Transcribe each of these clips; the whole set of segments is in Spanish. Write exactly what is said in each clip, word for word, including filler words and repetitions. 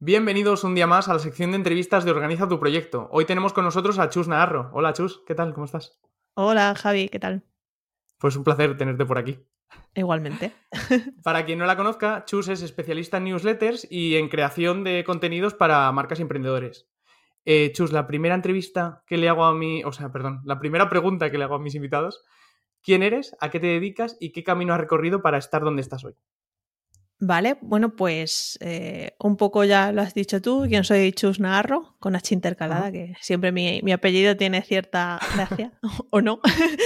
Bienvenidos un día más a la sección de entrevistas de Organiza tu Proyecto. Hoy tenemos con nosotros a Chus Naharro. Hola Chus, ¿qué tal? ¿Cómo estás? Hola Javi, ¿qué tal? Pues un placer tenerte por aquí. Igualmente. Para quien no la conozca, Chus es especialista en newsletters y en creación de contenidos para marcas y emprendedores. Eh, Chus, la primera entrevista que le hago a mi... O sea, perdón, la primera pregunta que le hago a mis invitados. ¿Quién eres? ¿A qué te dedicas? ¿Y qué camino has recorrido para estar donde estás hoy? Vale, bueno, pues eh, un poco ya lo has dicho tú, yo soy Chus Naharro, con H intercalada, Ajá. que siempre mi, mi apellido tiene cierta gracia, o no.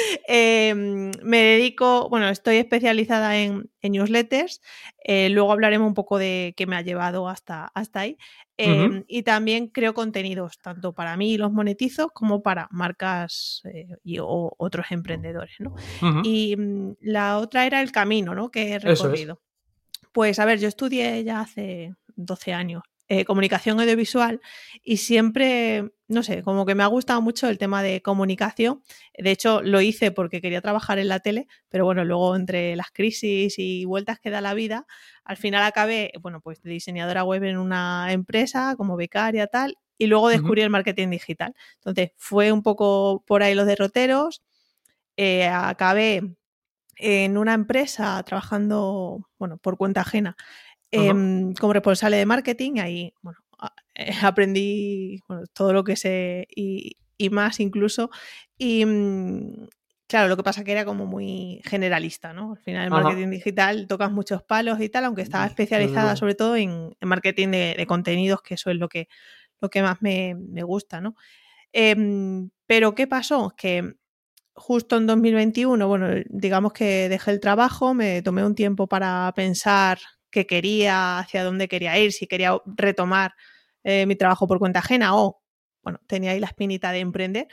eh, me dedico, bueno, estoy especializada en, en newsletters, eh, luego hablaremos un poco de qué me ha llevado hasta, hasta ahí, eh, Uh-huh. y también creo contenidos, tanto para mí los monetizo, como para marcas eh, y, o otros emprendedores, ¿no? Uh-huh. Y mm, la otra era el camino, ¿no?, que he Eso es. recorrido. Pues a ver, yo estudié ya hace doce años eh, comunicación audiovisual y siempre, no sé, como que me ha gustado mucho el tema de comunicación. De hecho, lo hice porque quería trabajar en la tele, pero bueno, luego entre las crisis y vueltas que da la vida, al final acabé, bueno, pues de diseñadora web en una empresa como becaria, tal, y luego Uh-huh. descubrí el marketing digital. Entonces, fue un poco por ahí los derroteros. Eh, acabé en una empresa trabajando, bueno, por cuenta ajena, eh, Uh-huh. como responsable de marketing. Ahí, bueno, eh, aprendí bueno, todo lo que sé y, y más incluso. Y mm, claro, lo que pasa que era como muy generalista, ¿no? Al final el Ajá. marketing digital tocas muchos palos y tal, aunque estaba Desde especializada luego. sobre todo en, en marketing de, de contenidos, que eso es lo que, lo que más me, me gusta, ¿no? Eh, pero ¿qué pasó? Que justo en dos mil veintiuno, bueno, digamos que dejé el trabajo, me tomé un tiempo para pensar qué quería, hacia dónde quería ir, si quería retomar eh, mi trabajo por cuenta ajena o, bueno, tenía ahí la espinita de emprender.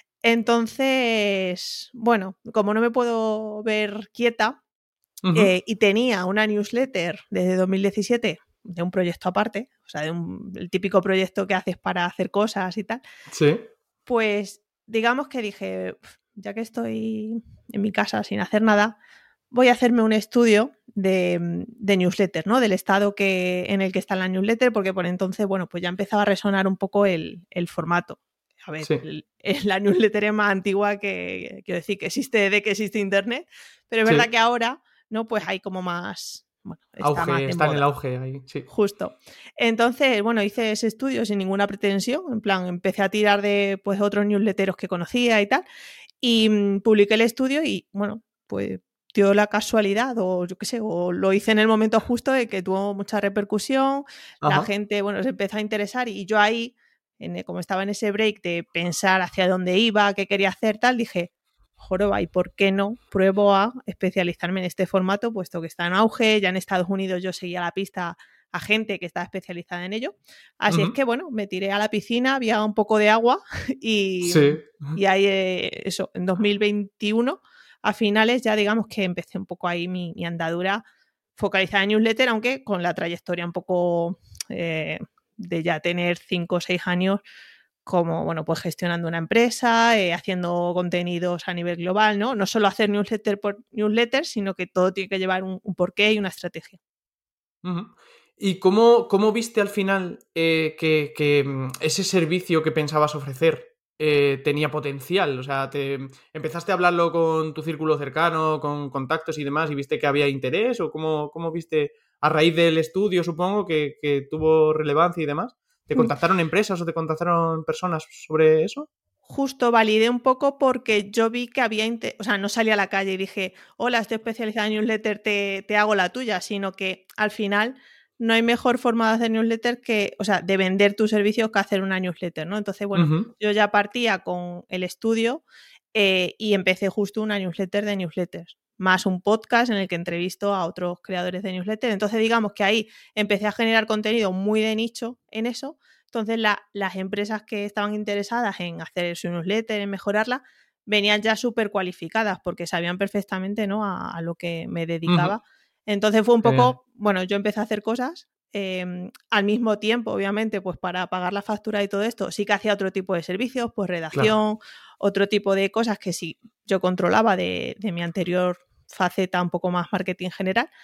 Entonces, bueno, como no me puedo ver quieta Uh-huh. eh, y tenía una newsletter desde dos mil diecisiete de un proyecto aparte, o sea, de un, el típico proyecto que haces para hacer cosas y tal, Sí. pues digamos que dije, ya que estoy en mi casa sin hacer nada, voy a hacerme un estudio de, de newsletter, ¿no? Del estado que, en el que está la newsletter, porque por entonces, bueno, pues ya empezaba a resonar un poco el, el formato. A ver, Sí. el, el, la newsletter es más antigua que, quiero decir, que existe de que existe Internet, pero es verdad Sí. que ahora, ¿no? Pues hay como más, bueno, está más Auge, de está en el moda. auge ahí, sí. Justo. Entonces, bueno, hice ese estudio sin ninguna pretensión, en plan, empecé a tirar de pues otros newsletteros que conocía y tal, y mmm, publiqué el estudio y, bueno, pues dio la casualidad, o yo qué sé, o lo hice en el momento justo de que tuvo mucha repercusión, la Ajá. gente, bueno, se empezó a interesar y yo ahí, en, como estaba en ese break de pensar hacia dónde iba, qué quería hacer, tal, dije, joroba, ¿y por qué no pruebo a especializarme en este formato, puesto que está en auge? Ya en Estados Unidos yo seguía la pista a gente que está especializada en ello. Así es Uh-huh. que, bueno, me tiré a la piscina, había un poco de agua y, Sí. y ahí, eh, eso, en dos mil veintiuno, a finales, ya digamos que empecé un poco ahí mi, mi andadura focalizada en newsletter, aunque con la trayectoria un poco eh, de ya tener cinco o seis años como, bueno, pues gestionando una empresa, eh, haciendo contenidos a nivel global, ¿no? No solo hacer newsletter por newsletter, sino que todo tiene que llevar un, un porqué y una estrategia. Uh-huh. ¿Y cómo, cómo viste al final eh, que, que mm, ese servicio que pensabas ofrecer eh, tenía potencial? O sea, te empezaste a hablarlo con tu círculo cercano, con contactos y demás, y viste que había interés, o cómo, cómo viste a raíz del estudio, supongo, que, que tuvo relevancia y demás. ¿Te contactaron empresas o te contactaron personas sobre eso? Justo validé un poco porque yo vi que había, o sea, no salí a la calle y dije, hola, estoy especializada en newsletter, te, te hago la tuya, sino que al final no hay mejor forma de hacer newsletter que, o sea, de vender tus servicios que hacer una newsletter, ¿no? Entonces, bueno, Uh-huh. yo ya partía con el estudio eh, y empecé justo una newsletter de newsletters, más un podcast en el que entrevisto a otros creadores de newsletter. Entonces, digamos que ahí empecé a generar contenido muy de nicho en eso. Entonces, la, las empresas que estaban interesadas en hacer su newsletter, en mejorarla, venían ya súper cualificadas porque sabían perfectamente, ¿no?, a, a lo que me Uh-huh. dedicaba. Entonces fue un Genial. poco, bueno, yo empecé a hacer cosas eh, al mismo tiempo, obviamente, pues para pagar la factura y todo esto, sí que hacía otro tipo de servicios, pues Claro. redacción, otro tipo de cosas que sí yo controlaba de, de mi anterior faceta, un poco más marketing general.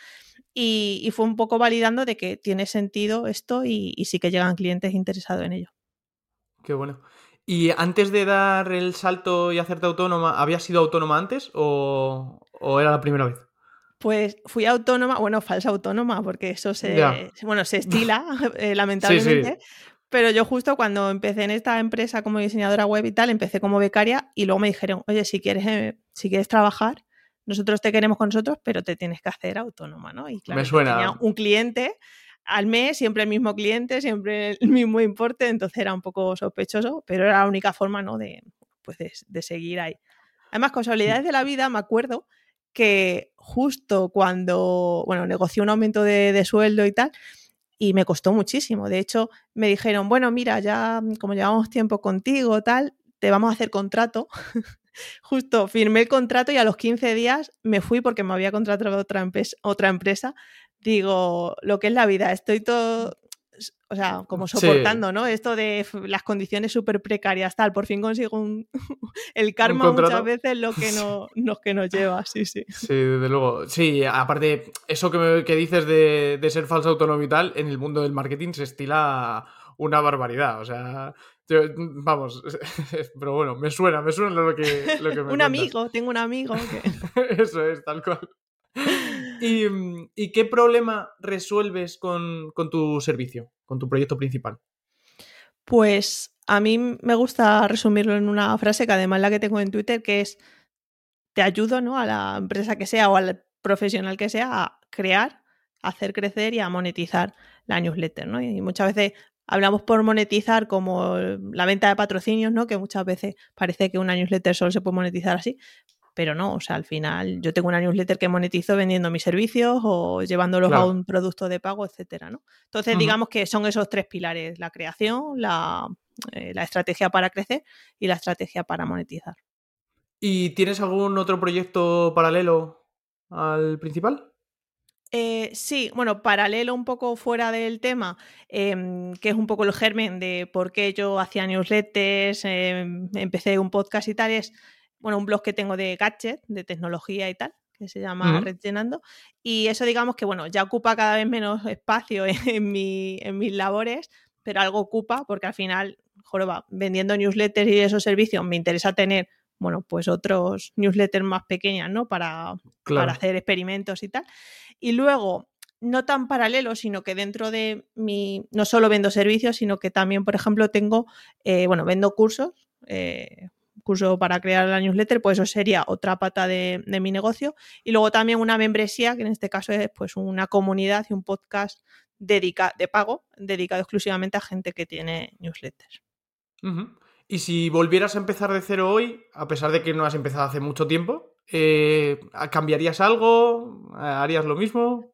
y, y fue un poco validando de que tiene sentido esto y, y sí que llegan clientes interesados en ello. Qué bueno. ¿Y antes de dar el salto y hacerte autónoma, habías sido autónoma antes o, o era la primera vez? Pues fui autónoma, bueno, falsa autónoma, porque eso Ya. se, bueno, se estila, eh, Sí, sí. lamentablemente, pero yo justo cuando empecé en esta empresa como diseñadora web y tal, empecé como becaria y luego me dijeron, oye, si quieres, eh, si quieres trabajar, nosotros te queremos con nosotros, pero te tienes que hacer autónoma, ¿no? Y Me claro, yo tenía suena. un cliente al mes, siempre el mismo cliente, siempre el mismo importe, entonces era un poco sospechoso, pero era la única forma, ¿no? De, pues de, de seguir ahí. Además, casualidades de la vida, me acuerdo que justo cuando, bueno, negocié un aumento de, de sueldo y tal, y me costó muchísimo. De hecho, me dijeron, bueno, mira, ya como llevamos tiempo contigo, tal, te vamos a hacer contrato. Justo firmé el contrato y a los quince días me fui porque me había contratado otra, empresa, otra empresa. Digo, lo que es la vida, estoy todo, o sea, como Sí, soportando, ¿no? Esto de las condiciones súper precarias, tal, por fin consigo un, el un karma muchas contrato. veces lo que, no, lo que nos lleva, sí, sí. Sí, desde luego. Sí, aparte, eso que, me- que dices de, de ser falso autónomo y tal, en el mundo del marketing se estila una barbaridad. O sea, yo- vamos, pero bueno, me suena, me suena lo que, lo que me Un cuentas. amigo, tengo un amigo que... Eso es, tal cual. ¿Y, mm, ¿y qué problema resuelves con, con tu servicio, con tu proyecto principal? Pues a mí me gusta resumirlo en una frase que además la que tengo en Twitter, que es, te ayudo, ¿no?, a la empresa que sea o al profesional que sea a crear, a hacer crecer y a monetizar la newsletter, ¿no? Y muchas veces hablamos por monetizar como la venta de patrocinios, ¿no? Que muchas veces parece que una newsletter solo se puede monetizar así, pero no, o sea, al final yo tengo una newsletter que monetizo vendiendo mis servicios o llevándolos a Claro. un producto de pago, etcétera, ¿no? Entonces, Ujú. digamos que son esos tres pilares: la creación, la, eh, la estrategia para crecer y la estrategia para monetizar. ¿Y tienes algún otro proyecto paralelo al principal? Eh, sí, bueno, paralelo un poco fuera del tema, eh, que es un poco el germen de por qué yo hacía newsletters, eh, empecé un podcast y tal, es, bueno, un blog que tengo de gadget, de tecnología y tal, que se llama Ujú. Rellenando, y eso digamos que, bueno, ya ocupa cada vez menos espacio en, mi, en mis labores, pero algo ocupa porque al final, joroba, vendiendo newsletters y esos servicios me interesa tener, bueno, pues otros newsletters más pequeñas, ¿no? Para, para Claro. hacer experimentos y tal. Y luego, no tan paralelo, sino que dentro de mi, no solo vendo servicios, sino que también, por ejemplo, tengo, eh, bueno, vendo cursos, eh, curso para crear la newsletter, pues eso sería otra pata de, de mi negocio. Y luego también una membresía, que en este caso es pues una comunidad y un podcast dedica, de pago, dedicado exclusivamente a gente que tiene newsletters. Ujú. Y si volvieras a empezar de cero hoy, a pesar de que no has empezado hace mucho tiempo, eh, ¿cambiarías algo? ¿Harías lo mismo?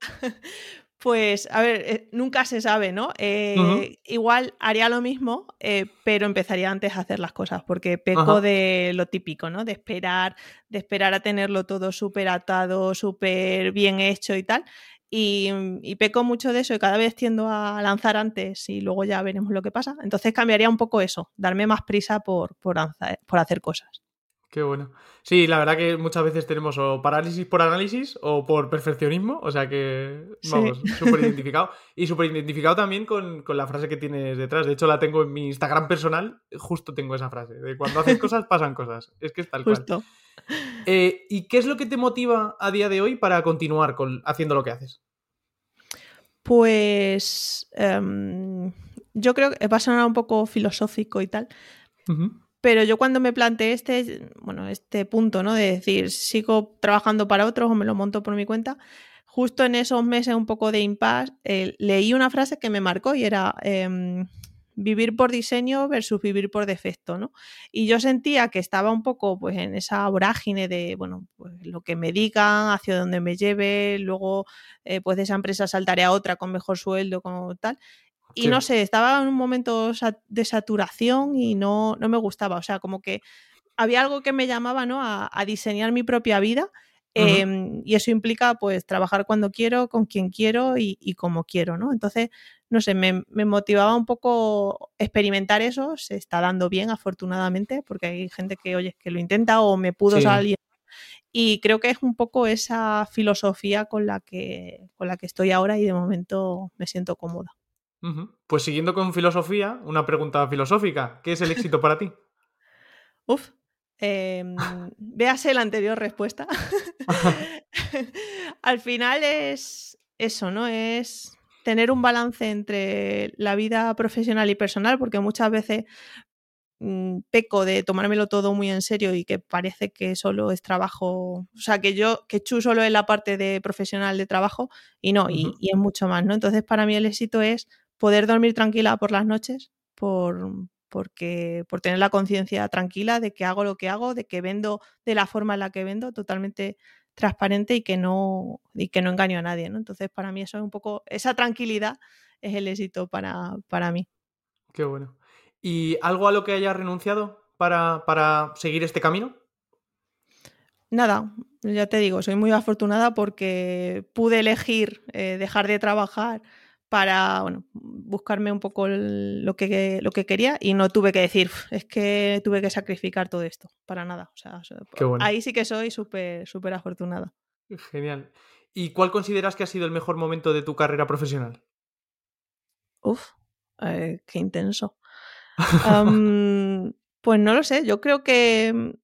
Pues, a ver, eh, nunca se sabe, ¿no? Ujú. Eh, igual haría lo mismo, eh, pero empezaría antes a hacer las cosas, porque peco Ajá. de lo típico, ¿no? De esperar, de esperar a tenerlo todo súper atado, súper bien hecho y tal. Y, y peco mucho de eso y cada vez tiendo a lanzar antes y luego ya veremos lo que pasa. Entonces cambiaría un poco eso, darme más prisa por, por, lanzar- por hacer cosas. Qué bueno. Sí, la verdad que muchas veces tenemos o parálisis por análisis o por perfeccionismo, o sea que, Sí, vamos, súper identificado. Y súper identificado también con, con la frase que tienes detrás. De hecho, la tengo en mi Instagram personal, justo tengo esa frase, de cuando haces cosas, pasan cosas. Es que es tal cual. justo. Eh, ¿y qué es lo que te motiva a día de hoy para continuar con, haciendo lo que haces? Pues um, yo creo que va a sonar un poco filosófico y tal, Ujú. pero yo cuando me planteé este, bueno, este punto, ¿no? De decir, sigo trabajando para otros o me lo monto por mi cuenta, justo en esos meses un poco de impasse, eh, leí una frase que me marcó y era eh, vivir por diseño versus vivir por defecto, ¿no? Y yo sentía que estaba un poco pues en esa vorágine de, bueno, pues lo que me digan, hacia donde me lleve, luego eh, pues de esa empresa saltaré a otra con mejor sueldo, como tal. Y Sí. no sé, estaba en un momento de saturación y no, no me gustaba. O sea, como que había algo que me llamaba, ¿no?, a, a diseñar mi propia vida. Ujú. Eh, y eso implica pues trabajar cuando quiero, con quien quiero y, y como quiero, ¿no? Entonces, no sé, me, me motivaba un poco experimentar eso. Se está dando bien, afortunadamente, porque hay gente que, oye, que lo intenta o me pudo Sí. salir Y creo que es un poco esa filosofía con la que, con la que estoy ahora y de momento me siento cómoda. Uh-huh. Pues siguiendo con filosofía, una pregunta filosófica. ¿Qué es el éxito para ti? Uf, eh, véase la anterior respuesta. Al final es eso, ¿no? Es tener un balance entre la vida profesional y personal, porque muchas veces mmm, peco de tomármelo todo muy en serio y que parece que solo es trabajo, o sea, que yo, que Chu solo es la parte de profesional de trabajo y no, y, Uh-huh. y es mucho más, ¿no? Entonces, para mí el éxito es poder dormir tranquila por las noches, por, porque, por tener la conciencia tranquila de que hago lo que hago, de que vendo de la forma en la que vendo, totalmente transparente y que no, y que no engaño a nadie, ¿no? Entonces, para mí eso es un poco, esa tranquilidad es el éxito para, para mí. Qué bueno. ¿Y algo a lo que hayas renunciado para, para seguir este camino? Nada, ya te digo, soy muy afortunada porque pude elegir eh, dejar de trabajar para bueno, buscarme un poco el, lo, que, lo que quería y no tuve que decir, es que tuve que sacrificar todo esto, para nada. O sea, Qué bueno. ahí sí que soy súper, súper afortunada. Genial. ¿Y cuál consideras que ha sido el mejor momento de tu carrera profesional? Uf, eh, qué intenso. um, pues no lo sé, yo creo que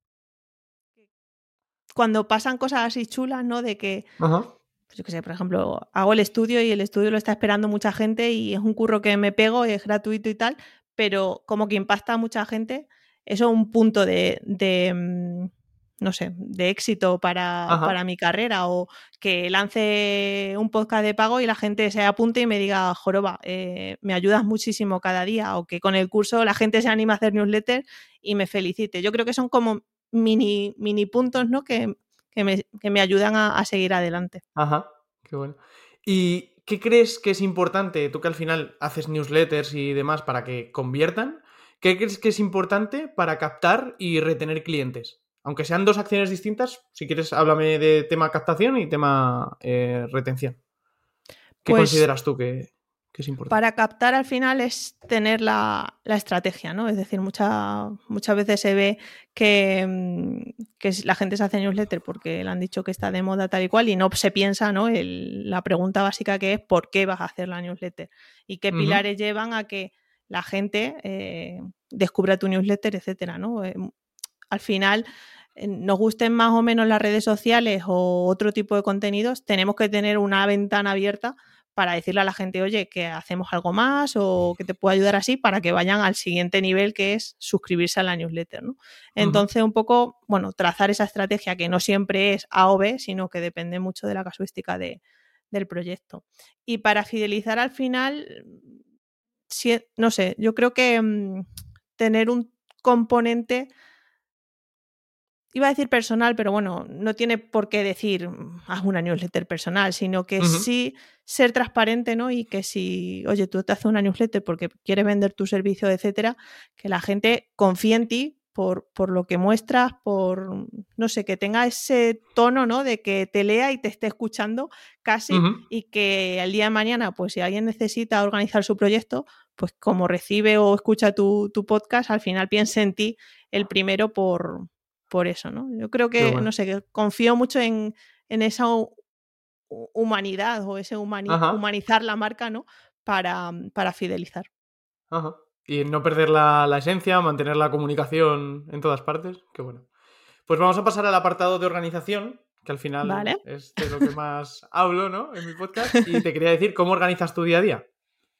cuando pasan cosas así chulas, ¿no? De que Ajá. pues yo qué sé, por ejemplo, hago el estudio y el estudio lo está esperando mucha gente y es un curro que me pego, es gratuito y tal, pero como que impacta a mucha gente, eso es un punto de, de no sé, de éxito para, para mi carrera, o que lance un podcast de pago y la gente se apunte y me diga, joroba, eh, me ayudas muchísimo cada día, o que con el curso la gente se anima a hacer newsletter y me felicite. Yo creo que son como mini, mini puntos, ¿no? que, que, me, que me ayudan a, a seguir adelante. Ajá, qué bueno. ¿Y qué crees que es importante, tú que al final haces newsletters y demás para que conviertan, qué crees que es importante para captar y retener clientes? Aunque sean dos acciones distintas, si quieres háblame de tema captación y tema eh, retención. ¿Qué Pues consideras tú que, que es importante? para captar al final es tener la, la estrategia, ¿no? Es decir, mucha, muchas veces se ve que, que la gente se hace newsletter porque le han dicho que está de moda tal y cual y no se piensa, ¿no? El, la pregunta básica que es ¿por qué vas a hacer la newsletter? Y qué Uh-huh. pilares llevan a que la gente eh, descubra tu newsletter, etcétera, ¿no? Eh, al final, nos gusten más o menos las redes sociales o otro tipo de contenidos, tenemos que tener una ventana abierta para decirle a la gente, oye, que hacemos algo más o que te puedo ayudar así, para que vayan al siguiente nivel, que es suscribirse a la newsletter, ¿no? Entonces, un poco, bueno, trazar esa estrategia que no siempre es A o B, sino que depende mucho de la casuística de, del proyecto. Y para fidelizar al final, si, no sé, yo creo que mmm, tener un componente, iba a decir personal, pero bueno, no tiene por qué decir haz una newsletter personal, sino que Uh-huh. sí ser transparente, ¿no? Y que si, oye, tú te haces una newsletter porque quieres vender tu servicio, etcétera, que la gente confíe en ti por, por lo que muestras, por, no sé, que tenga ese tono, ¿no? De que te lea y te esté escuchando casi, Uh-huh. y que al día de mañana, pues si alguien necesita organizar su proyecto, pues como recibe o escucha tu, tu podcast, al final piense en ti el primero por por eso, ¿no? Yo creo Qué que, bueno. no sé, que confío mucho en, en esa humanidad o ese humani Ajá. humanizar la marca, ¿no? Para, para fidelizar. Ajá. Y no perder la, la esencia, mantener la comunicación en todas partes. Qué bueno. Pues vamos a pasar al apartado de organización, que al final ¿Vale? es de lo que más hablo, ¿no? En mi podcast. Y te quería decir, ¿cómo organizas tu día a día?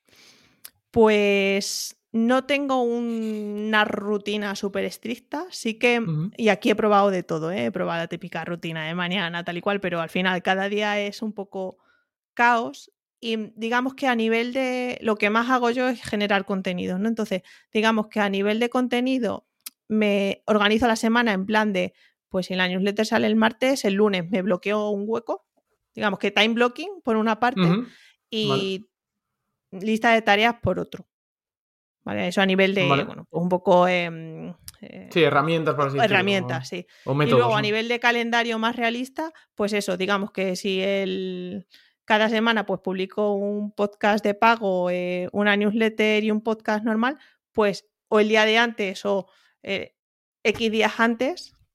Pues no tengo una rutina súper estricta, sí que, Uh-huh. y aquí he probado de todo, ¿eh? He probado la típica rutina de mañana, tal y cual, pero al final cada día es un poco caos. Y digamos que a nivel de, lo que más hago yo es generar contenido, ¿no? Entonces, digamos que a nivel de contenido me organizo la semana en plan de, pues si la newsletter sale el martes, el lunes me bloqueo un hueco, digamos que time blocking por una parte Uh-huh. Vale. y lista de tareas por otro. ¿Vale? Eso a nivel de, Vale. bueno, pues un poco eh, eh, Sí, herramientas, por así decirlo. herramientas, O, sí. o Y métodos, luego a ¿no? nivel de calendario más realista, pues eso, digamos que si el, cada semana pues publico un podcast de pago, eh, una newsletter y un podcast normal, pues o el día de antes o eh, X días antes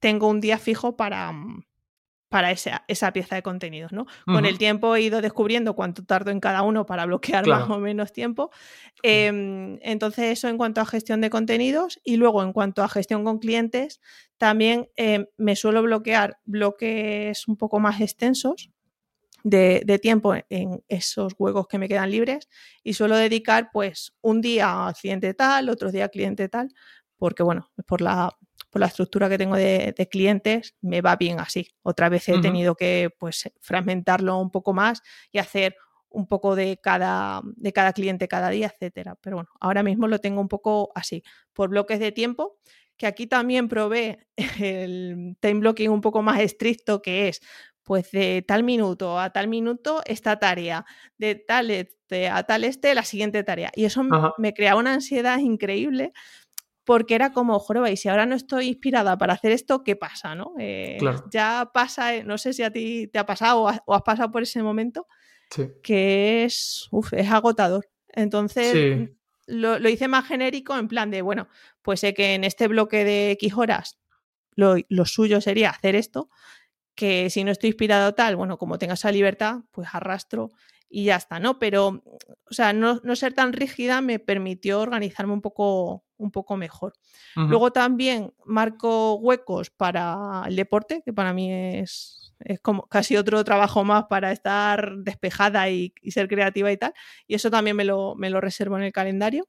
tengo un día fijo para, para esa, esa pieza de contenidos, ¿no? Uh-huh. Con el tiempo he ido descubriendo cuánto tardo en cada uno para bloquear Claro. más o menos tiempo. Eh, entonces, eso en cuanto a gestión de contenidos. Y luego, en cuanto a gestión con clientes, también eh, me suelo bloquear bloques un poco más extensos de, de tiempo en esos huecos que me quedan libres, y suelo dedicar pues un día al cliente tal, otro día al cliente tal, porque bueno, por la, por la estructura que tengo de, de clientes me va bien así. Otra vez he uh-huh. tenido que pues fragmentarlo un poco más y hacer un poco de cada, de cada cliente cada día, etcétera. Pero bueno, ahora mismo lo tengo un poco así, por bloques de tiempo, que aquí también probé el time blocking un poco más estricto, que es pues de tal minuto a tal minuto esta tarea, de tal este a tal este la siguiente tarea. Y eso Ajá. me creaba una ansiedad increíble, porque era como, joroba, y si ahora no estoy inspirada para hacer esto, ¿qué pasa? ¿No? Eh, claro. Ya pasa, no sé si a ti te ha pasado o has, o has pasado por ese momento, sí. que es, uf, es agotador. Entonces sí. lo, lo hice más genérico, en plan de, bueno, pues sé que en este bloque de X horas lo, lo suyo sería hacer esto, que si no estoy inspirado tal, bueno, como tenga esa libertad, pues arrastro y ya está, ¿no? Pero, o sea, no, no ser tan rígida me permitió organizarme un poco, un poco mejor. Uh-huh. Luego también marco huecos para el deporte, que para mí es, es como casi otro trabajo más para estar despejada y, y ser creativa y tal, y eso también me lo, me lo reservo en el calendario,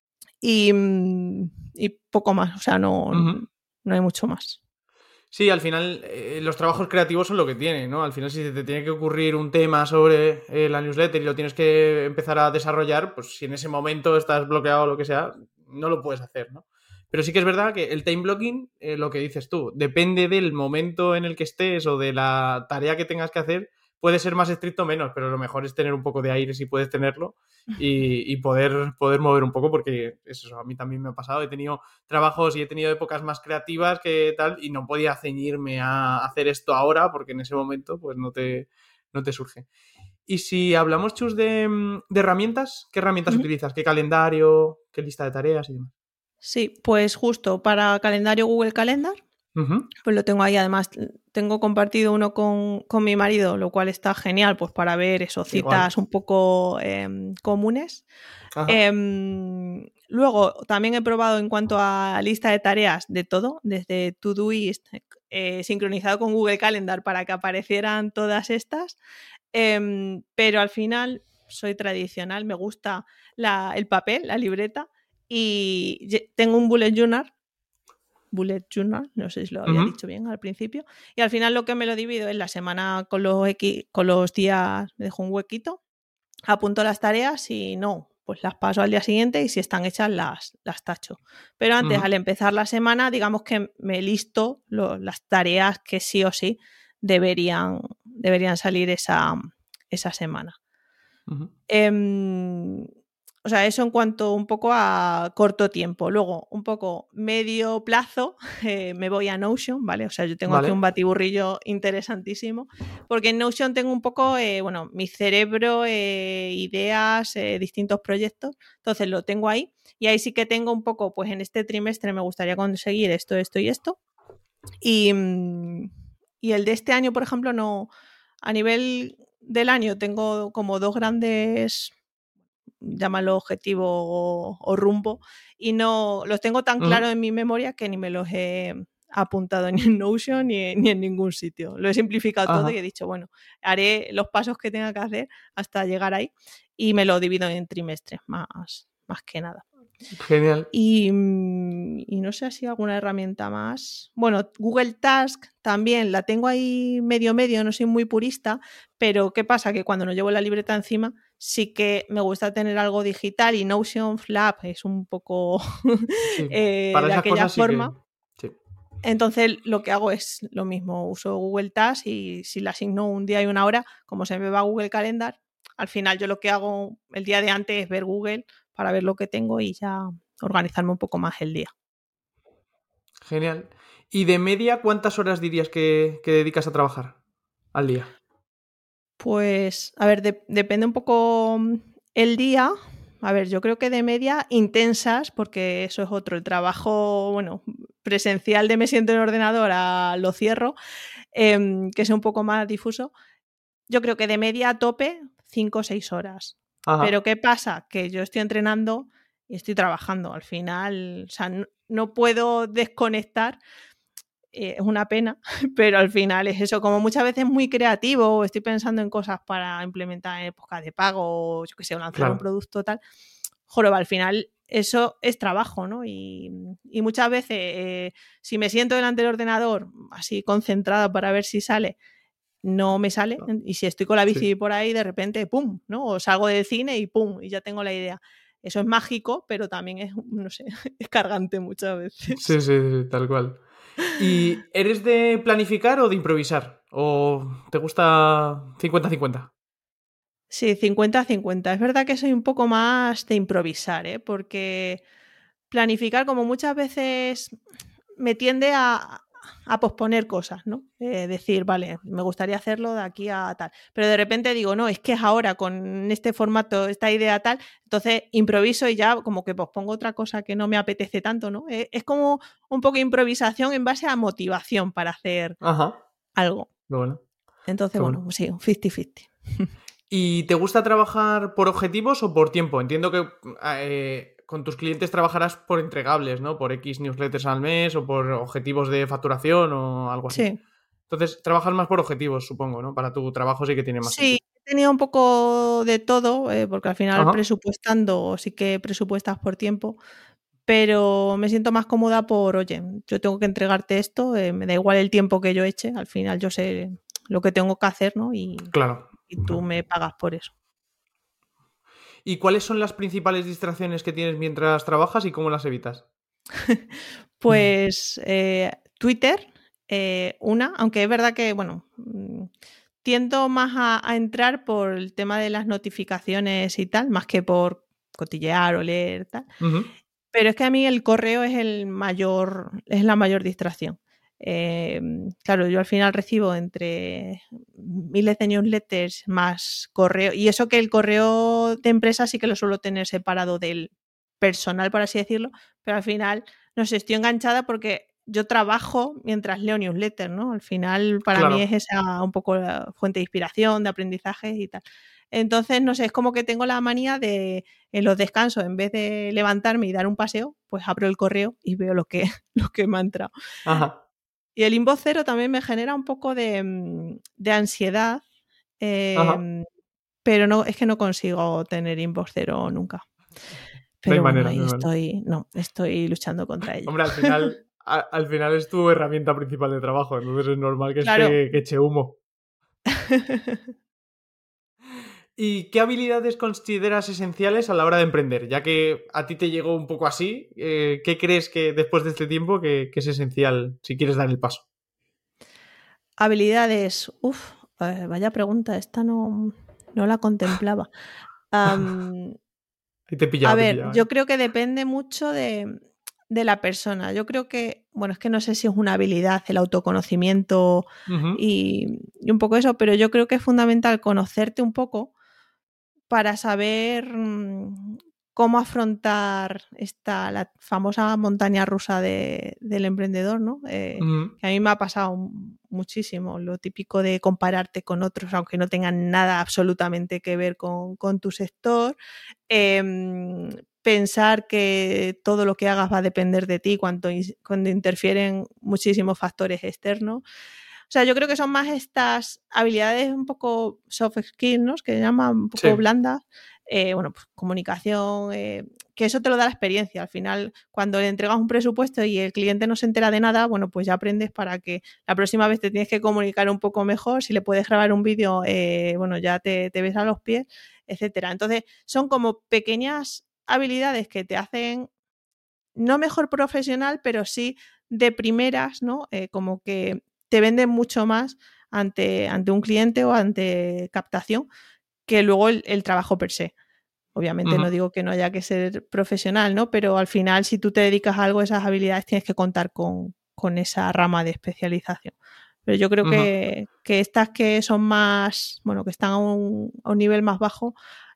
y, y poco más, o sea, no, uh-huh. no hay mucho más. Sí, al final eh, los trabajos creativos son lo que tienen, ¿no? Al final si te tiene que ocurrir un tema sobre eh, la newsletter y lo tienes que empezar a desarrollar, pues si en ese momento estás bloqueado o lo que sea, no lo puedes hacer, ¿no? Pero sí que es verdad que el time blocking, eh, lo que dices tú, depende del momento en el que estés o de la tarea que tengas que hacer, puede ser más estricto o menos, pero lo mejor es tener un poco de aire si puedes tenerlo y, y poder, poder mover un poco, porque eso a mí también me ha pasado. He tenido trabajos y he tenido épocas más creativas que tal y no podía ceñirme a hacer esto ahora porque en ese momento pues no te, no te surge. Y si hablamos, Chus, de, de herramientas, ¿qué herramientas uh-huh. utilizas? ¿Qué calendario? ¿Qué lista de tareas y demás? Sí, pues justo para calendario Google Calendar. Uh-huh. Pues lo tengo ahí, además tengo compartido uno con, con mi marido, lo cual está genial pues para ver esos citas Igual. un poco eh, comunes. Eh, luego también he probado en cuanto a lista de tareas de todo, desde Todoist eh, sincronizado con Google Calendar para que aparecieran todas estas, eh, pero al final soy tradicional, me gusta la, el papel, la libreta, y tengo un bullet journal bullet journal, no sé si lo había uh-huh. dicho bien al principio, y al final lo que me lo divido es la semana con los, X, con los días, me dejo un huequito, apunto las tareas y no, pues las paso al día siguiente y si están hechas las, las tacho. Pero antes, uh-huh. al empezar la semana, digamos que me listo lo, las tareas que sí o sí deberían, deberían salir esa, esa semana. Uh-huh. Eh, O sea, eso en cuanto un poco a corto tiempo. Luego, un poco medio plazo, eh, me voy a Notion, ¿vale? O sea, yo tengo vale. aquí un batiburrillo interesantísimo, porque en Notion tengo un poco, eh, bueno, mi cerebro, eh, ideas, eh, distintos proyectos, entonces lo tengo ahí, y ahí sí que tengo un poco, pues en este trimestre me gustaría conseguir esto, esto y esto, y, y el de este año, por ejemplo, no, a nivel del año tengo como dos grandes, llámalo objetivo o, o rumbo, y no los tengo tan claros uh-huh. en mi memoria que ni me los he apuntado ni en Notion ni, ni en ningún sitio. Lo he simplificado uh-huh. todo y he dicho, bueno, haré los pasos que tenga que hacer hasta llegar ahí, y me lo divido en trimestres más, más que nada. Genial. Y, y no sé si alguna herramienta más. Bueno, Google Task también la tengo ahí medio medio, no soy muy purista, pero ¿qué pasa? Que cuando no llevo la libreta encima sí que me gusta tener algo digital, y Notion Flap es un poco sí, eh, para de esas aquella cosas forma. Sí que... sí. Entonces lo que hago es lo mismo, uso Google Task y si le asigno un día y una hora, como se me va Google Calendar, al final yo lo que hago el día de antes es ver Google para ver lo que tengo y ya organizarme un poco más el día. Genial. ¿Y de media cuántas horas dirías que, que dedicas a trabajar al día? Pues, a ver, de, depende un poco el día. A ver, yo creo que de media intensas, porque eso es otro. El trabajo, bueno, presencial de me siento en el ordenador a lo cierro, eh, que sea un poco más difuso, yo creo que de media a tope cinco o seis horas. Ajá. Pero ¿qué pasa? Que yo estoy entrenando y estoy trabajando. Al final, o sea, no, no puedo desconectar. Eh, es una pena, pero al final es eso, como muchas veces muy creativo, estoy pensando en cosas para implementar en épocas de pago, o yo que sé, o lanzar claro. un producto tal, joroba, al final eso es trabajo, ¿no? Y, y muchas veces, eh, si me siento delante del ordenador, así concentrada para ver si sale, no me sale, y si estoy con la bici sí. por ahí, de repente, pum, ¿no? O salgo del cine y pum, y ya tengo la idea. Eso es mágico, pero también es, no sé, es cargante muchas veces. Sí, sí, sí, tal cual. ¿Y eres de planificar o de improvisar? ¿O te gusta cincuenta cincuenta? Sí, cincuenta cincuenta. Es verdad que soy un poco más de improvisar, ¿eh? Porque planificar, como muchas veces, me tiende a, a posponer cosas, ¿no? Eh, decir, vale, me gustaría hacerlo de aquí a tal. Pero de repente digo, no, es que es ahora con este formato, esta idea tal, entonces improviso y ya como que pospongo otra cosa que no me apetece tanto, ¿no? Eh, es como un poco de improvisación en base a motivación para hacer Ajá. algo. Bueno. Entonces, bueno, bueno, sí, cincuenta cincuenta. ¿Y te gusta trabajar por objetivos o por tiempo? Entiendo que eh, con tus clientes trabajarás por entregables, ¿no? Por X newsletters al mes o por objetivos de facturación o algo así. Sí. Entonces, trabajas más por objetivos, supongo, ¿no? Para tu trabajo sí que tiene más sí, sentido. Sí, he tenido un poco de todo, eh, porque al final Ajá. presupuestando sí que presupuestas por tiempo, pero me siento más cómoda por, oye, yo tengo que entregarte esto, eh, me da igual el tiempo que yo eche, al final yo sé lo que tengo que hacer, ¿no? Y, claro. y tú me pagas por eso. ¿Y cuáles son las principales distracciones que tienes mientras trabajas y cómo las evitas? Pues eh, Twitter, eh, una, aunque es verdad que, bueno, tiendo más a, a entrar por el tema de las notificaciones y tal, más que por cotillear o leer tal. Uh-huh. Pero es que a mí el correo es el mayor, es la mayor distracción. Eh, claro, yo al final recibo entre miles de newsletters más correo, y eso que el correo de empresa sí que lo suelo tener separado del personal, por así decirlo, pero al final, no sé, estoy enganchada porque yo trabajo mientras leo newsletters, ¿no? Al final para claro. mí es esa un poco la fuente de inspiración, de aprendizaje y tal. Entonces, no sé, es como que tengo la manía de, en los descansos, en vez de levantarme y dar un paseo, pues abro el correo y veo lo que, lo que me ha entrado. Ajá. Y el inbox cero también me genera un poco de, de ansiedad, eh, pero no, es que no consigo tener inbox cero nunca. Pero no hay bueno, manera, ahí no hay estoy, manera. no, estoy luchando contra ello. Hombre, al final, a, al final es tu herramienta principal de trabajo, entonces es normal que, claro. esté, que eche humo. ¿Y qué habilidades consideras esenciales a la hora de emprender? Ya que a ti te llegó un poco así, eh, ¿qué crees que después de este tiempo que, que es esencial si quieres dar el paso? Habilidades, uff, eh, vaya pregunta, esta no, no la contemplaba. Um, Ahí te he pillado, a ver, te he pillado, ¿eh? yo creo que depende mucho de, de la persona. Yo creo que, bueno, es que no sé si es una habilidad, el autoconocimiento uh-huh. y, y un poco eso, pero yo creo que es fundamental conocerte un poco para saber mmm, cómo afrontar esta, la famosa montaña rusa de, del emprendedor, ¿no? Eh, uh-huh. Que a mí me ha pasado muchísimo, lo típico de compararte con otros, aunque no tengan nada absolutamente que ver con, con tu sector. Eh, pensar que todo lo que hagas va a depender de ti cuando, cuando interfieren muchísimos factores externos. O sea, yo creo que son más estas habilidades un poco soft skills, ¿no? Que se llaman un poco sí. blandas. Eh, bueno, pues comunicación, eh, que eso te lo da la experiencia. Al final, cuando le entregas un presupuesto y el cliente no se entera de nada, bueno, pues ya aprendes para que la próxima vez te tienes que comunicar un poco mejor. Si le puedes grabar un vídeo, eh, bueno, ya te, te ves a los pies, etcétera. Entonces, son como pequeñas habilidades que te hacen no mejor profesional, pero sí de primeras, ¿no? Eh, como que te venden mucho más ante, ante un cliente o ante captación que luego el, el trabajo per se. Obviamente uh-huh. no digo que no haya que ser profesional, ¿no? Pero al final, si tú te dedicas a algo, esas habilidades tienes que contar con, con esa rama de especialización. Pero yo creo uh-huh. que, que estas que son más, bueno, que están a un, a un nivel más bajo,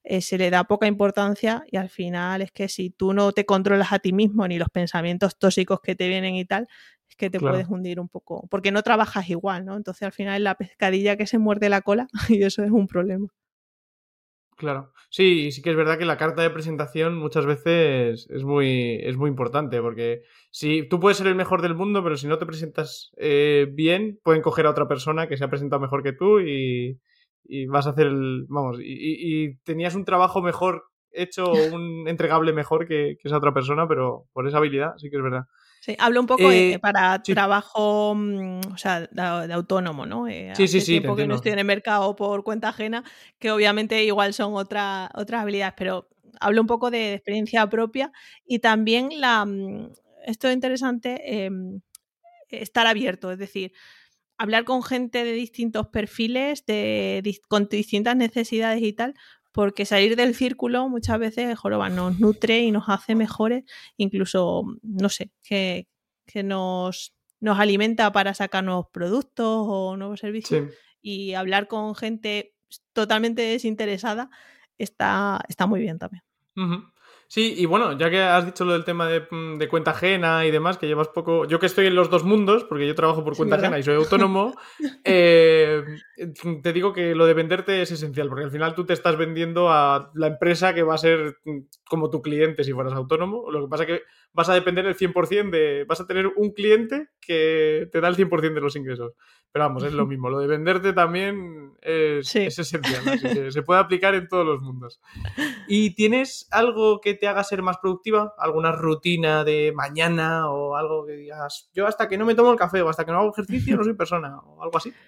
eh, se le da poca importancia y al final es que si tú no te controlas a ti mismo ni los pensamientos tóxicos que te vienen y tal, es que te puedes Claro. hundir un poco, porque no trabajas igual, ¿no? Entonces al final es la pescadilla que se muerde la cola y eso es un problema. Claro. Sí, sí que es verdad que la carta de presentación muchas veces es muy, es muy importante, porque si tú puedes ser el mejor del mundo, pero si no te presentas eh, bien, pueden coger a otra persona que se ha presentado mejor que tú y, y vas a hacer el, vamos, y, y- y tenías un trabajo mejor hecho o un entregable mejor que, que esa otra persona, pero por esa habilidad sí que es verdad. Sí, hablo un poco eh, Eh, para sí, trabajo, mm, o sea, de, de autónomo, ¿no? Eh, sí, sí, hace sí, te tiempo que no entiendo. estoy en el mercado por cuenta ajena, que obviamente igual son otra, otras habilidades, pero hablo un poco de experiencia propia y también la, mm, esto es interesante, eh, estar abierto, es decir, hablar con gente de distintos perfiles, de, con distintas necesidades y tal, porque salir del círculo muchas veces, joroba, nos nutre y nos hace mejores, incluso, no sé, que, que nos, nos alimenta para sacar nuevos productos o nuevos Sí. servicios y hablar con gente totalmente desinteresada está, está muy bien también. Ujú. Sí, y bueno, ya que has dicho lo del tema de, mm, de cuenta ajena y demás, que llevas poco. Yo que estoy en los dos mundos, porque yo trabajo por Sí, cuenta ¿verdad? ajena y soy autónomo, eh, te digo que lo de venderte es esencial, porque al final tú te estás vendiendo a la empresa que va a ser mm, como tu cliente si fueras autónomo. Lo que pasa es que vas a depender el cien por ciento de. Vas a tener un cliente que te da el cien por ciento de los ingresos. Pero vamos, es lo mismo. Lo de venderte también es, Sí. es esencial, así que se puede aplicar en todos los mundos. ¿Y tienes algo que te haga ser más productiva? ¿Alguna rutina de mañana o algo que digas, yo hasta que no me tomo el café o hasta que no hago ejercicio no soy persona o algo así?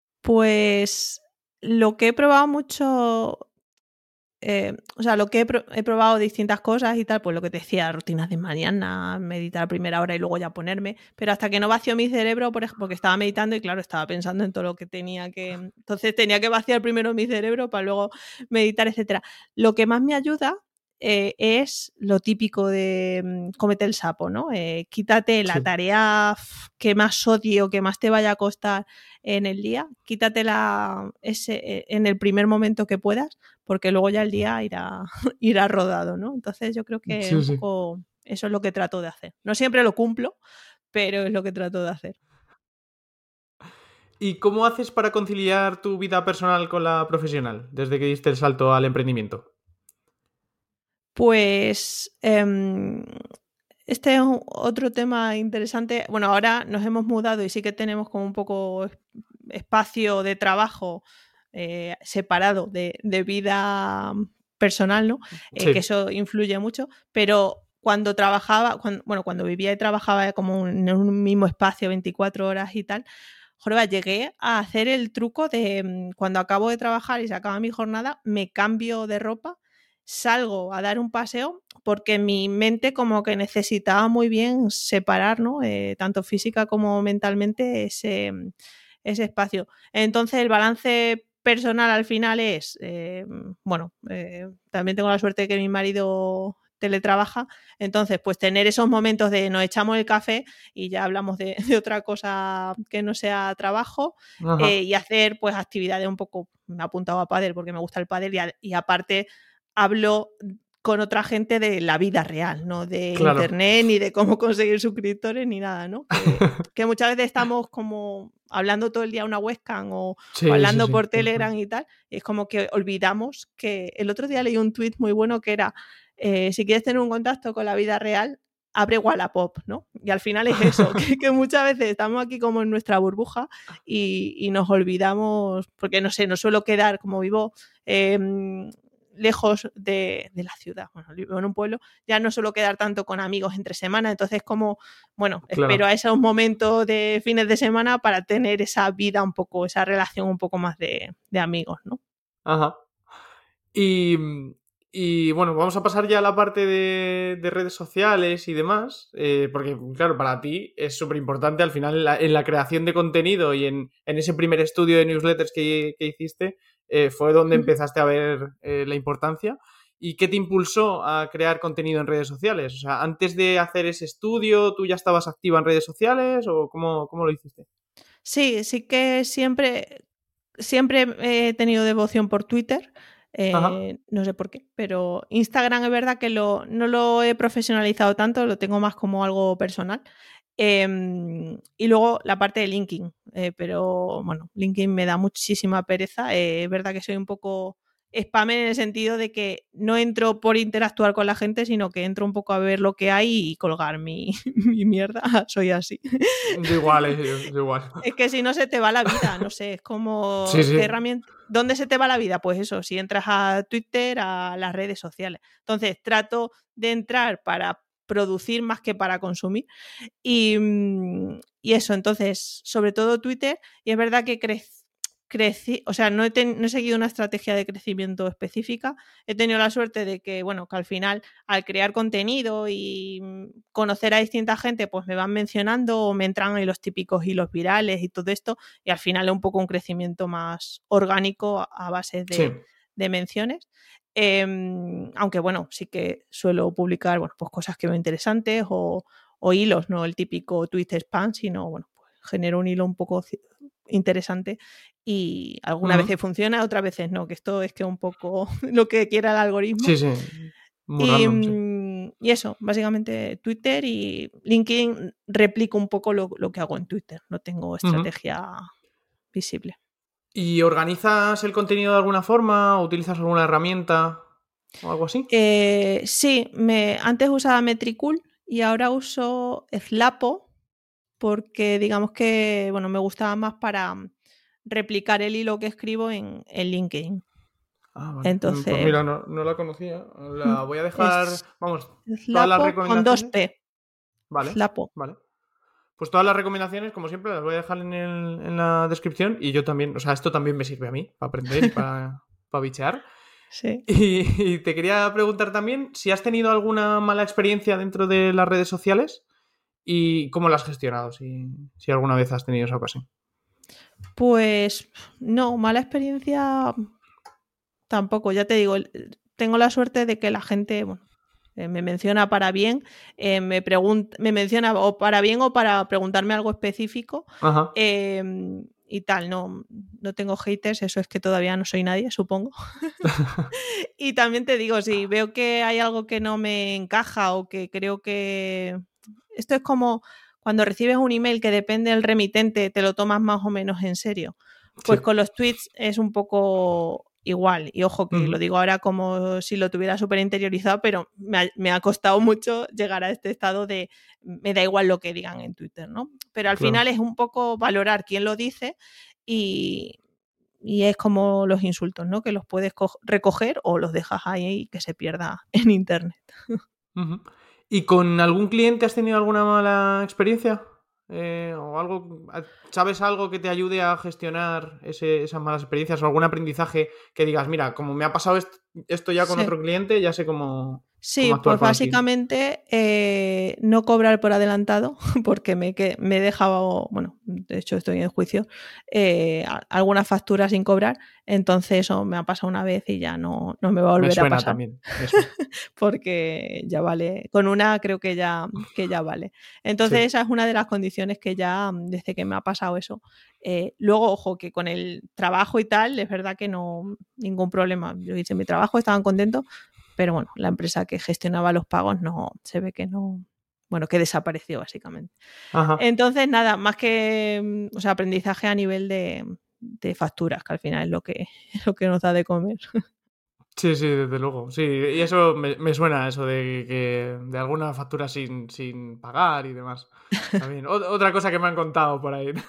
Pues lo que he probado mucho, eh, o sea, lo que he, pro- he probado distintas cosas y tal, pues lo que te decía, rutinas de mañana, meditar a primera hora y luego ya ponerme, pero hasta que no vació mi cerebro, por ejemplo, porque estaba meditando y claro, estaba pensando en todo lo que tenía que, entonces tenía que vaciar primero mi cerebro para luego meditar, etcétera. Lo que más me ayuda eh, es lo típico de mm, cómete el sapo, ¿no? Eh, quítate la Sí. tarea f- que más odio, que más te vaya a costar en el día, quítatela ese, eh, en el primer momento que puedas porque luego ya el día irá, irá rodado, ¿no? Entonces yo creo que Sí, un sí. poco eso es lo que trato de hacer. No siempre lo cumplo, pero es lo que trato de hacer. ¿Y cómo haces para conciliar tu vida personal con la profesional desde que diste el salto al emprendimiento? Pues eh, este es otro tema interesante. Bueno, ahora nos hemos mudado y sí que tenemos como un poco espacio de trabajo eh, separado de, de, vida personal, ¿no? Eh, que Sí. eso influye mucho, pero cuando trabajaba, cuando, bueno, cuando vivía y trabajaba como en un mismo espacio veinticuatro horas y tal, Jorba, llegué a hacer el truco de cuando acabo de trabajar y se acaba mi jornada, me cambio de ropa, salgo a dar un paseo porque mi mente como que necesitaba muy bien separar, ¿no? Eh, tanto física como mentalmente ese, ese espacio. Entonces el balance personal al final es, eh, bueno, eh, también tengo la suerte de que mi marido teletrabaja, entonces pues tener esos momentos de nos echamos el café y ya hablamos de, de otra cosa que no sea trabajo Ajá. eh, y hacer pues actividades un poco, me he apuntado a pádel porque me gusta el pádel y, a, y aparte hablo con otra gente de la vida real, no de Claro. internet, ni de cómo conseguir suscriptores, ni nada, ¿no? Que, que muchas veces estamos como hablando todo el día a una webcam o, o Sí, sí, hablando sí. por Telegram y tal, y es como que olvidamos que el otro día leí un tuit muy bueno que era, eh, si quieres tener un contacto con la vida real, abre Wallapop, ¿no? Y al final es eso, que, que muchas veces estamos aquí como en nuestra burbuja y, y nos olvidamos, porque no sé, no suelo quedar, como vivo eh, lejos de, de, la ciudad, bueno, vivo en un pueblo, ya no suelo quedar tanto con amigos entre semana, entonces como, bueno, espero Claro. a esos momentos de fines de semana para tener esa vida un poco, esa relación un poco más de, de amigos, ¿no? Ajá. Y, y, bueno, vamos a pasar ya a la parte de, de redes sociales y demás, eh, porque claro, para ti es súper importante al final en la, en la creación de contenido y en, en ese primer estudio de newsletters que, que hiciste, eh, fue donde Uh -huh. empezaste a ver eh, la importancia. ¿Y qué te impulsó a crear contenido en redes sociales? O sea, antes de hacer ese estudio, ¿tú ya estabas activa en redes sociales o cómo, cómo lo hiciste? Sí, sí que siempre, siempre he tenido devoción por Twitter. Eh, no sé por qué, pero Instagram es verdad que lo, no lo he profesionalizado tanto, lo tengo más como algo personal. Eh, y luego la parte de LinkedIn, eh, pero bueno, LinkedIn me da muchísima pereza. Eh, es verdad que soy un poco spammer en el sentido de que no entro por interactuar con la gente, sino que entro un poco a ver lo que hay y colgar mi, mi mierda. Soy así. Yo igual, eh, yo, yo igual. Es que si no se te va la vida, no sé, es como Sí, sí. ¿qué herramienta? ¿Dónde se te va la vida? Pues eso, si entras a Twitter, a las redes sociales. Entonces trato de entrar para producir más que para consumir. Y, y eso, entonces, sobre todo Twitter, y es verdad que crece. Crecí, o sea, no he, ten, no he seguido una estrategia de crecimiento específica. He tenido la suerte de que, bueno, que al final, al crear contenido y conocer a distinta gente, pues me van mencionando o me entran en los típicos hilos virales y todo esto, y al final es un poco un crecimiento más orgánico a, a base de, sí. de menciones. Eh, aunque, bueno, sí que suelo publicar, bueno, pues cosas que veo interesantes o, o hilos, no el típico tweet spam, sino, bueno, pues genero un hilo un poco interesante y algunas uh-huh. veces funciona, otras veces no, que esto es que un poco lo que quiera el algoritmo. Sí, sí. Muy y, random, sí. y eso, básicamente Twitter y LinkedIn replico un poco lo, lo que hago en Twitter, no tengo estrategia uh-huh. visible. ¿Y organizas el contenido de alguna forma? ¿O utilizas alguna herramienta o algo así? Eh, sí, me, antes usaba Metricool y ahora uso Slapo porque digamos que bueno, me gustaba más para replicar el hilo que escribo en, en LinkedIn. Ah, vale. Entonces, pues mira, no, no la conocía. La voy a dejar, es vamos, Slapo todas las recomendaciones. Con dos P. Vale, Slapo. vale. Pues todas las recomendaciones, como siempre, las voy a dejar en, el, en la descripción. Y yo también, o sea, esto también me sirve a mí para aprender y para, para bichear. Sí. Y, y te quería preguntar también si has tenido alguna mala experiencia dentro de las redes sociales y cómo la has gestionado, si, si alguna vez has tenido esa ocasión. Pues no, mala experiencia tampoco, ya te digo, tengo la suerte de que la gente, bueno, eh, me menciona para bien, eh, me, pregunta, me menciona o para bien o para preguntarme algo específico. Ajá. Eh, y tal, no, no tengo haters, eso es que todavía no soy nadie, supongo. Y también te digo, si veo que hay algo que no me encaja o que creo que... Esto es como cuando recibes un email que depende del remitente, te lo tomas más o menos en serio. Pues sí. Con los tweets es un poco igual. Y ojo que uh-huh. lo digo ahora como si lo tuviera súper interiorizado, pero me ha, me ha costado mucho llegar a este estado de me da igual lo que digan en Twitter, ¿no? Pero al claro. final es un poco valorar quién lo dice y, y es como los insultos, ¿no? Que los puedes co- recoger o los dejas ahí y que se pierda en internet. Uh-huh. ¿Y con algún cliente has tenido alguna mala experiencia? Eh, o algo, ¿sabes algo que te ayude a gestionar ese, esas malas experiencias o algún aprendizaje que digas, mira, como me ha pasado esto, esto ya con sí. otro cliente, ya sé cómo, sí, cómo actuar pues básicamente eh, no cobrar por adelantado porque me, que, me he dejado, bueno, de hecho estoy en juicio, eh, algunas facturas sin cobrar, entonces eso me ha pasado una vez y ya no, no me va a volver me suena a pasar. También, me suena. Porque ya vale, con una creo que ya, que ya vale. Entonces sí. esa es una de las condiciones que ya, desde que me ha pasado eso. Eh, luego, ojo, que con el trabajo y tal, es verdad que no, ningún problema. Yo hice mi trabajo, estaban contentos, pero bueno, la empresa que gestionaba los pagos no, se ve que no, bueno, que desapareció básicamente. Ajá. Entonces, nada, más que, o sea, aprendizaje a nivel de, de facturas, que al final es lo que, lo que nos da de comer. Sí, sí, desde luego. Sí, y eso me, me suena, eso de que de alguna factura sin, sin pagar y demás. También. Otra cosa que me han contado por ahí.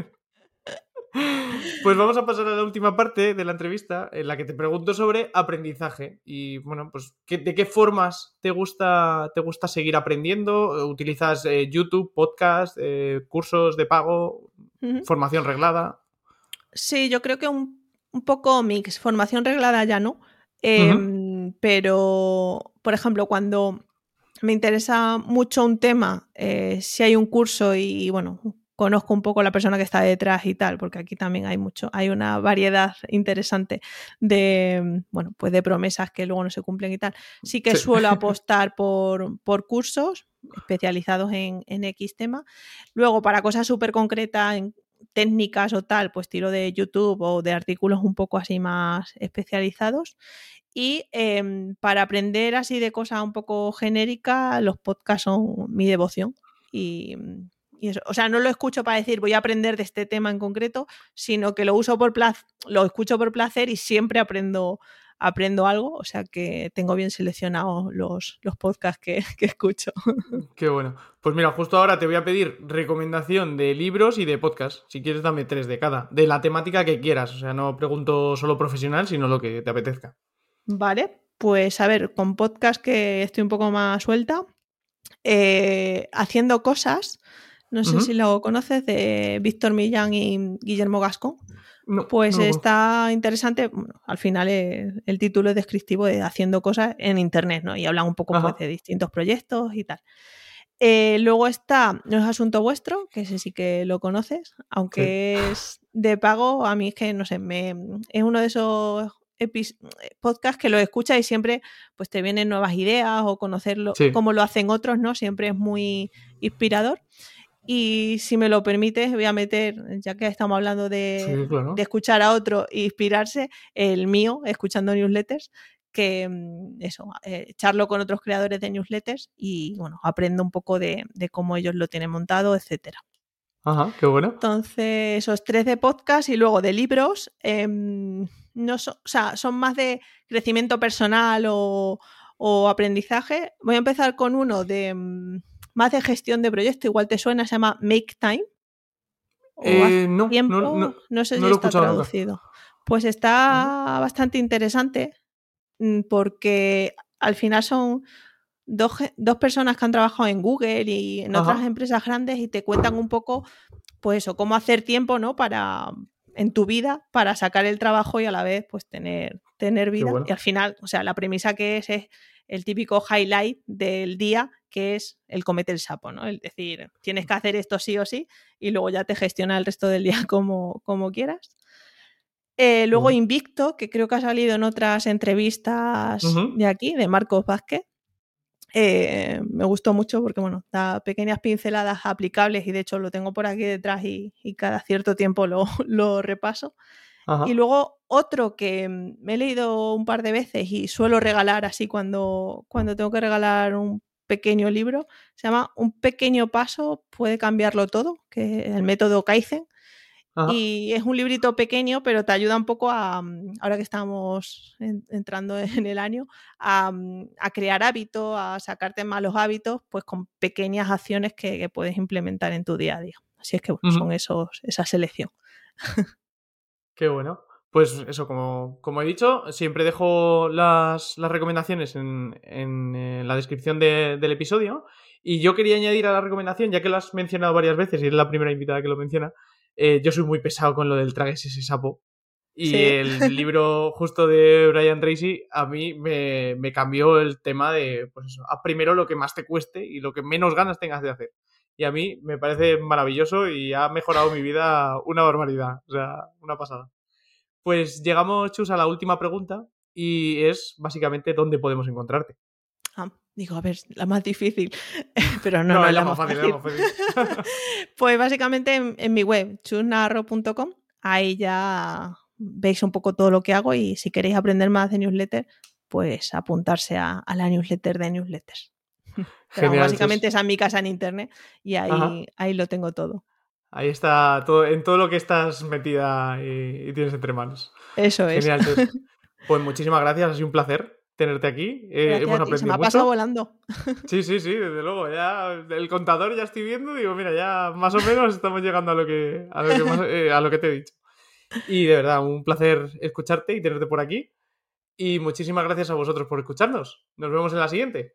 Pues vamos a pasar a la última parte de la entrevista en la que te pregunto sobre aprendizaje. Y bueno, pues ¿de qué formas te gusta, te gusta seguir aprendiendo? ¿Utilizas eh, YouTube, podcast, eh, cursos de pago, uh-huh. formación reglada? Sí, yo creo que un, un poco mix. Formación reglada ya no. Eh, uh-huh. Pero, por ejemplo, cuando me interesa mucho un tema, eh, si hay un curso y, y bueno, conozco un poco a la persona que está detrás y tal, porque aquí también hay mucho, hay una variedad interesante de, bueno, pues de promesas que luego no se cumplen y tal. Sí que sí. suelo apostar por, por cursos especializados en, en X tema. Luego, para cosas súper concretas, en, técnicas o tal, pues tiro de YouTube o de artículos un poco así más especializados. Y eh, para aprender así de cosas un poco genéricas, los podcasts son mi devoción. Y, y eso, o sea, no lo escucho para decir voy a aprender de este tema en concreto, sino que lo uso por placer, lo escucho por placer y siempre aprendo, aprendo algo. O sea que tengo bien seleccionados los, los podcasts que, que escucho. Qué bueno. Pues mira, justo ahora te voy a pedir recomendación de libros y de podcast. Si quieres, dame tres de cada. De la temática que quieras. O sea, no pregunto solo profesional, sino lo que te apetezca. Vale, pues a ver, con podcast que estoy un poco más suelta, eh, Haciendo Cosas, no sé uh-huh. si lo conoces, de Víctor Millán y Guillermo Gascón. No, pues no. está interesante. Bueno, al final es, el título es descriptivo de Haciendo Cosas en Internet, ¿no? Y hablan un poco pues, de distintos proyectos y tal. Eh, luego está No es asunto vuestro, que ese sí que lo conoces, aunque sí. es de pago. A mí es que, no sé, me, es uno de esos podcasts que lo escuchas y siempre pues te vienen nuevas ideas o conocerlo, sí. cómo lo hacen otros, ¿no? Siempre es muy inspirador. Y si me lo permites, voy a meter, ya que estamos hablando de, sí, claro. de escuchar a otro e inspirarse, el mío, escuchando newsletters, que eso, eh, charlo con otros creadores de newsletters y bueno, aprendo un poco de, de cómo ellos lo tienen montado, etcétera. Ajá, qué bueno. Entonces, esos tres de podcast y luego de libros, eh, no son, o sea, son más de crecimiento personal o, o aprendizaje. Voy a empezar con uno de más de gestión de proyecto, igual te suena, se llama Make Time. O eh, no, tiempo, no, no, no sé si no lo he está traducido. Nunca. Pues está uh-huh. bastante interesante porque al final son dos, dos personas que han trabajado en Google y en otras uh-huh. empresas grandes y te cuentan un poco, pues eso, cómo hacer tiempo, ¿no? Para en tu vida para sacar el trabajo y a la vez pues tener, tener vida. Bueno. Y al final, o sea, la premisa que es es el típico highlight del día, que es el comete el sapo, ¿no? Es decir, tienes que hacer esto sí o sí y luego ya te gestiona el resto del día como, como quieras. Eh, luego uh-huh. Invicto, que creo que ha salido en otras entrevistas uh-huh. de aquí, de Marcos Vázquez. Eh, me gustó mucho porque, bueno, da pequeñas pinceladas aplicables y de hecho lo tengo por aquí detrás y, y cada cierto tiempo lo, lo repaso. Ajá. Y luego otro que me he leído un par de veces y suelo regalar así cuando, cuando tengo que regalar un pequeño libro, se llama Un pequeño paso puede cambiarlo todo, que es el método Kaizen. Ajá. Y es un librito pequeño, pero te ayuda un poco a, ahora que estamos en, entrando en el año, a, a crear hábitos, a sacarte malos hábitos, pues con pequeñas acciones que, que puedes implementar en tu día a día. Así es que bueno, uh-huh. son esos, esa selección. Qué bueno. Pues eso, como, como he dicho, siempre dejo las, las recomendaciones en, en, en la descripción de, del episodio. Y yo quería añadir a la recomendación, ya que lo has mencionado varias veces y eres la primera invitada que lo menciona, eh, yo soy muy pesado con lo del tragues ese sapo. Y sí. El libro justo de Brian Tracy a mí me, me cambió el tema de, pues eso, haz primero lo que más te cueste y lo que menos ganas tengas de hacer. Y a mí me parece maravilloso y ha mejorado mi vida una barbaridad. O sea, una pasada. Pues llegamos, Chus, a la última pregunta y es básicamente ¿dónde podemos encontrarte? Ah, digo, a ver, la más difícil, pero no, no, no es es la, la más más fácil. fácil. Es la más fácil. Pues básicamente en, en mi web, chus navarro punto com, ahí ya veis un poco todo lo que hago y si queréis aprender más de newsletter, pues apuntarse a, a la newsletter de newsletters. Pero Genial, básicamente Chus. esa es mi casa en internet y ahí, ahí lo tengo todo. Ahí está todo, en todo lo que estás metida y, y tienes entre manos. Eso Genial, es. Chus. Pues muchísimas gracias, ha sido un placer tenerte aquí. Eh, hemos aprendido Se me ha mucho. pasado volando. Sí, sí, sí, desde luego. Ya el contador ya estoy viendo, digo, mira, ya más o menos estamos llegando a lo que, a lo que, más, eh, a lo que te he dicho. Y de verdad, un placer escucharte y tenerte por aquí. Y muchísimas gracias a vosotros por escucharnos. Nos vemos en la siguiente.